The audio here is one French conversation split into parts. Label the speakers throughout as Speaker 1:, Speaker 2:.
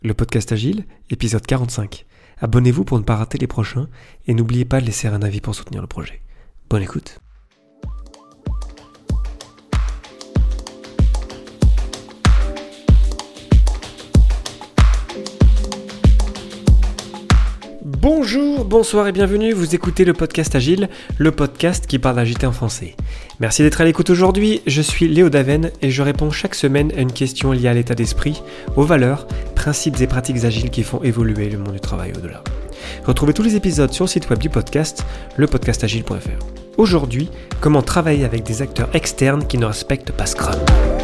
Speaker 1: Le podcast Agile, épisode 45. Abonnez-vous pour ne pas rater les prochains et n'oubliez pas de laisser un avis pour soutenir le projet. Bonne écoute. Bonjour, bonsoir et bienvenue, vous écoutez le podcast Agile, le podcast qui parle d'agilité en français. Merci d'être à l'écoute aujourd'hui, je suis Léo Daven et je réponds chaque semaine à une question liée à l'état d'esprit, aux valeurs, principes et pratiques agiles qui font évoluer le monde du travail au-delà. Retrouvez tous les épisodes sur le site web du podcast, lepodcastagile.fr. Aujourd'hui, comment travailler avec des acteurs externes qui ne respectent pas Scrum.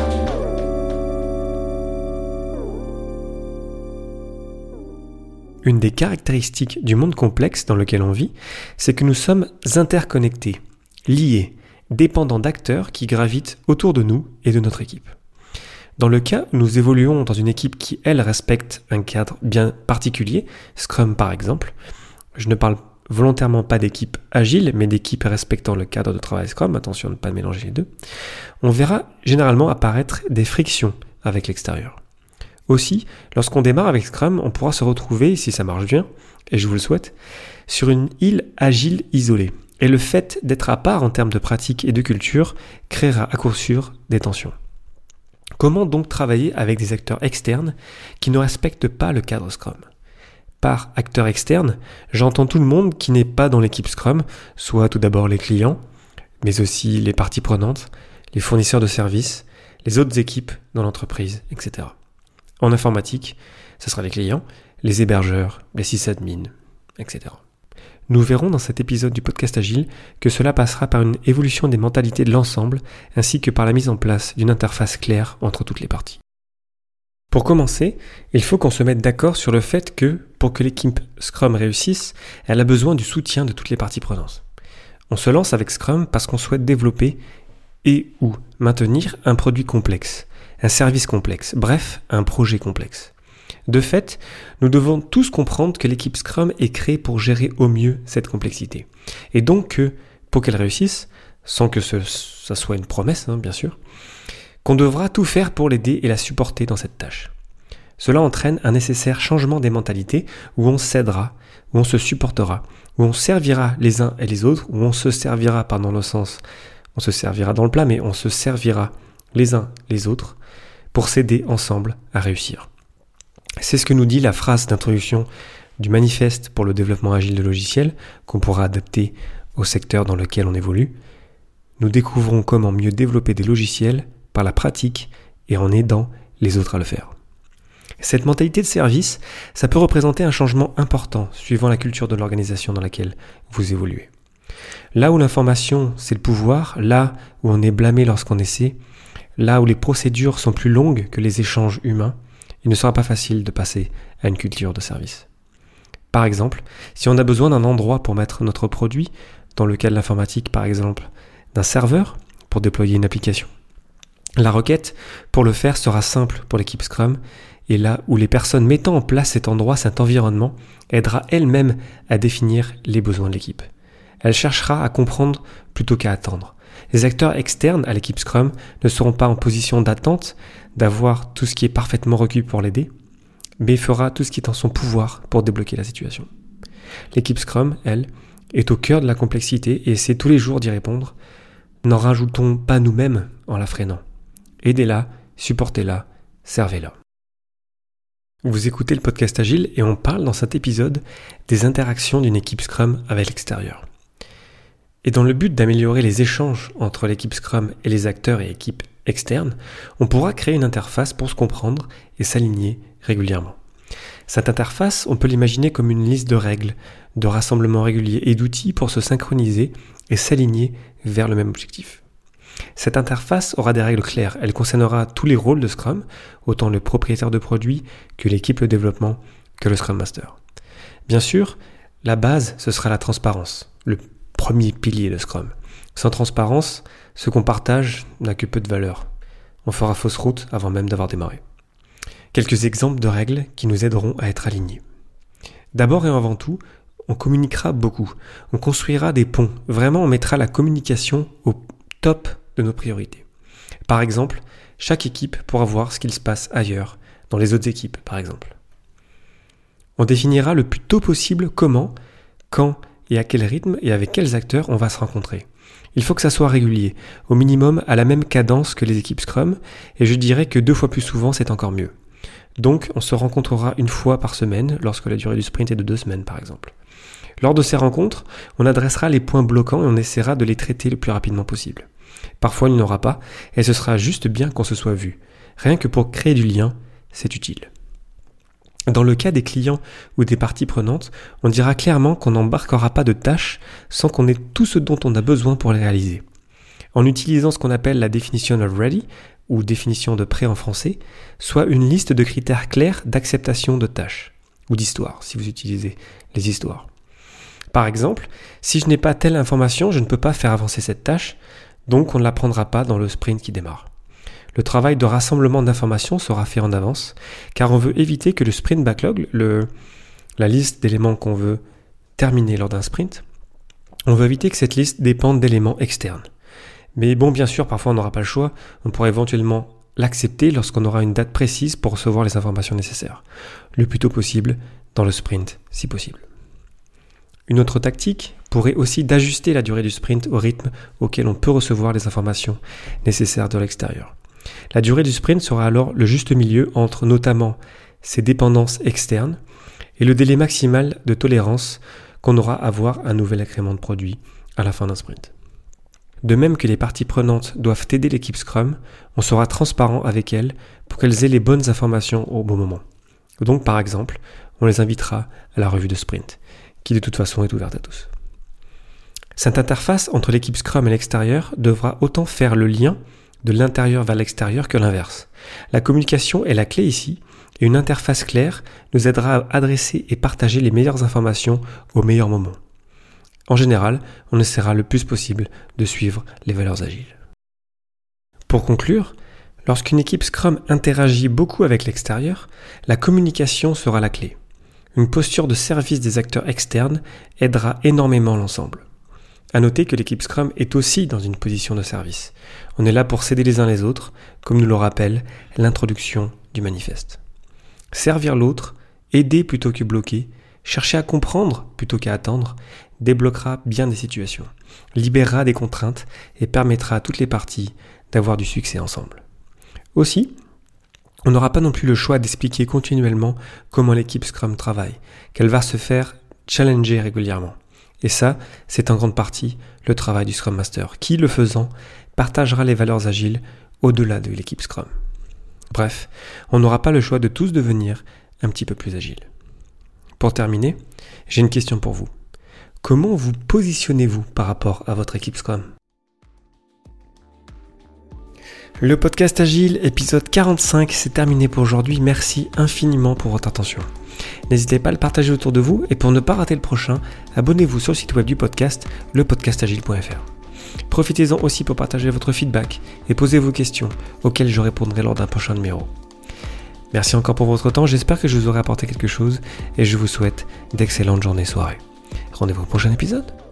Speaker 1: Une des caractéristiques du monde complexe dans lequel on vit, c'est que nous sommes interconnectés, liés, dépendants d'acteurs qui gravitent autour de nous et de notre équipe. Dans le cas où nous évoluons dans une équipe qui, elle, respecte un cadre bien particulier, Scrum par exemple, je ne parle volontairement pas d'équipe agile, mais d'équipe respectant le cadre de travail Scrum, attention de ne pas mélanger les deux, on verra généralement apparaître des frictions avec l'extérieur. Aussi, lorsqu'on démarre avec Scrum, on pourra se retrouver, si ça marche bien, et je vous le souhaite, sur une île agile isolée. Et le fait d'être à part en termes de pratique et de culture créera à coup sûr des tensions. Comment donc travailler avec des acteurs externes qui ne respectent pas le cadre Scrum ? Par acteurs externes, j'entends tout le monde qui n'est pas dans l'équipe Scrum, soit tout d'abord les clients, mais aussi les parties prenantes, les fournisseurs de services, les autres équipes dans l'entreprise, etc. En informatique, ce sera les clients, les hébergeurs, les sysadmins, etc. Nous verrons dans cet épisode du podcast Agile que cela passera par une évolution des mentalités de l'ensemble ainsi que par la mise en place d'une interface claire entre toutes les parties. Pour commencer, il faut qu'on se mette d'accord sur le fait que, pour que l'équipe Scrum réussisse, elle a besoin du soutien de toutes les parties prenantes. On se lance avec Scrum parce qu'on souhaite développer et ou maintenir un produit complexe, un service complexe, bref, un projet complexe. De fait, nous devons tous comprendre que l'équipe Scrum est créée pour gérer au mieux cette complexité. Et donc que, pour qu'elle réussisse, sans que ça soit une promesse, bien sûr, qu'on devra tout faire pour l'aider et la supporter dans cette tâche. Cela entraîne un nécessaire changement des mentalités où on s'aidera, où on se supportera, où on servira les uns et les autres, où on se servira, pas dans le sens, on se servira dans le plat, mais on se servira les uns les autres pour s'aider ensemble à réussir. C'est ce que nous dit la phrase d'introduction du manifeste pour le développement agile de logiciels qu'on pourra adapter au secteur dans lequel on évolue. Nous découvrons comment mieux développer des logiciels par la pratique et en aidant les autres à le faire. Cette mentalité de service, ça peut représenter un changement important suivant la culture de l'organisation dans laquelle vous évoluez. Là où l'information, c'est le pouvoir, là où on est blâmé lorsqu'on essaie, là où les procédures sont plus longues que les échanges humains, il ne sera pas facile de passer à une culture de service. Par exemple, si on a besoin d'un endroit pour mettre notre produit, dans le cas de l'informatique par exemple, d'un serveur pour déployer une application, la requête pour le faire sera simple pour l'équipe Scrum, et là où les personnes mettant en place cet endroit, cet environnement, aidera elle-même à définir les besoins de l'équipe. Elle cherchera à comprendre plutôt qu'à attendre. Les acteurs externes à l'équipe Scrum ne seront pas en position d'attente, d'avoir tout ce qui est parfaitement requis pour l'aider, mais fera tout ce qui est en son pouvoir pour débloquer la situation. L'équipe Scrum, elle, est au cœur de la complexité et essaie tous les jours d'y répondre. N'en rajoutons pas nous-mêmes en la freinant. Aidez-la, supportez-la, servez-la. Vous écoutez le podcast Agile et on parle dans cet épisode des interactions d'une équipe Scrum avec l'extérieur. Et dans le but d'améliorer les échanges entre l'équipe Scrum et les acteurs et équipes externes, on pourra créer une interface pour se comprendre et s'aligner régulièrement. Cette interface, on peut l'imaginer comme une liste de règles, de rassemblements réguliers et d'outils pour se synchroniser et s'aligner vers le même objectif. Cette interface aura des règles claires, elle concernera tous les rôles de Scrum, autant le propriétaire de produit que l'équipe de développement, que le Scrum Master. Bien sûr, la base, ce sera la transparence, le premier pilier de Scrum. Sans transparence, ce qu'on partage n'a que peu de valeur. On fera fausse route avant même d'avoir démarré. Quelques exemples de règles qui nous aideront à être alignés. D'abord et avant tout, on communiquera beaucoup. On construira des ponts. Vraiment, on mettra la communication au top de nos priorités. Par exemple, chaque équipe pourra voir ce qu'il se passe ailleurs, dans les autres équipes par exemple. On définira le plus tôt possible comment, quand et à quel rythme et avec quels acteurs on va se rencontrer. Il faut que ça soit régulier, au minimum à la même cadence que les équipes Scrum, et je dirais que 2 fois plus souvent c'est encore mieux. Donc on se rencontrera 1 fois par semaine lorsque la durée du sprint est de 2 semaines par exemple. Lors de ces rencontres, on adressera les points bloquants et on essaiera de les traiter le plus rapidement possible. Parfois il n'y en aura pas, et ce sera juste bien qu'on se soit vu. Rien que pour créer du lien, c'est utile. Dans le cas des clients ou des parties prenantes, on dira clairement qu'on n'embarquera pas de tâches sans qu'on ait tout ce dont on a besoin pour les réaliser. En utilisant ce qu'on appelle la definition of ready, ou définition de prêt en français, soit une liste de critères clairs d'acceptation de tâches, ou d'histoires, si vous utilisez les histoires. Par exemple, si je n'ai pas telle information, je ne peux pas faire avancer cette tâche, donc on ne la prendra pas dans le sprint qui démarre. Le travail de rassemblement d'informations sera fait en avance, car on veut éviter que le sprint backlog, la liste d'éléments qu'on veut terminer lors d'un sprint, on veut éviter que cette liste dépende d'éléments externes. Mais bon, bien sûr, parfois on n'aura pas le choix, on pourra éventuellement l'accepter lorsqu'on aura une date précise pour recevoir les informations nécessaires, le plus tôt possible dans le sprint, si possible. Une autre tactique pourrait aussi d'ajuster la durée du sprint au rythme auquel on peut recevoir les informations nécessaires de l'extérieur. La durée du sprint sera alors le juste milieu entre notamment ces dépendances externes et le délai maximal de tolérance qu'on aura à voir un nouvel incrément de produit à la fin d'un sprint. De même que les parties prenantes doivent aider l'équipe Scrum, on sera transparent avec elles pour qu'elles aient les bonnes informations au bon moment. Donc par exemple, on les invitera à la revue de sprint, qui de toute façon est ouverte à tous. Cette interface entre l'équipe Scrum et l'extérieur devra autant faire le lien de l'intérieur vers l'extérieur que l'inverse. La communication est la clé ici, et une interface claire nous aidera à adresser et partager les meilleures informations au meilleur moment. En général, on essaiera le plus possible de suivre les valeurs agiles. Pour conclure, lorsqu'une équipe Scrum interagit beaucoup avec l'extérieur, la communication sera la clé. Une posture de service des acteurs externes aidera énormément l'ensemble. À noter que l'équipe Scrum est aussi dans une position de service. On est là pour s'aider les uns les autres, comme nous le rappelle l'introduction du manifeste. Servir l'autre, aider plutôt que bloquer, chercher à comprendre plutôt qu'à attendre, débloquera bien des situations, libérera des contraintes et permettra à toutes les parties d'avoir du succès ensemble. Aussi, on n'aura pas non plus le choix d'expliquer continuellement comment l'équipe Scrum travaille, qu'elle va se faire challenger régulièrement. Et ça, c'est en grande partie le travail du Scrum Master, qui, le faisant, partagera les valeurs agiles au-delà de l'équipe Scrum. Bref, on n'aura pas le choix de tous devenir un petit peu plus agile. Pour terminer, j'ai une question pour vous. Comment vous positionnez-vous par rapport à votre équipe Scrum ? Le podcast Agile, épisode 45, c'est terminé pour aujourd'hui. Merci infiniment pour votre attention. N'hésitez pas à le partager autour de vous et pour ne pas rater le prochain, abonnez-vous sur le site web du podcast, lepodcastagile.fr. Profitez-en aussi pour partager votre feedback et poser vos questions auxquelles je répondrai lors d'un prochain numéro. Merci encore pour votre temps, j'espère que je vous aurai apporté quelque chose et je vous souhaite d'excellentes journées et soirées. Rendez-vous au prochain épisode.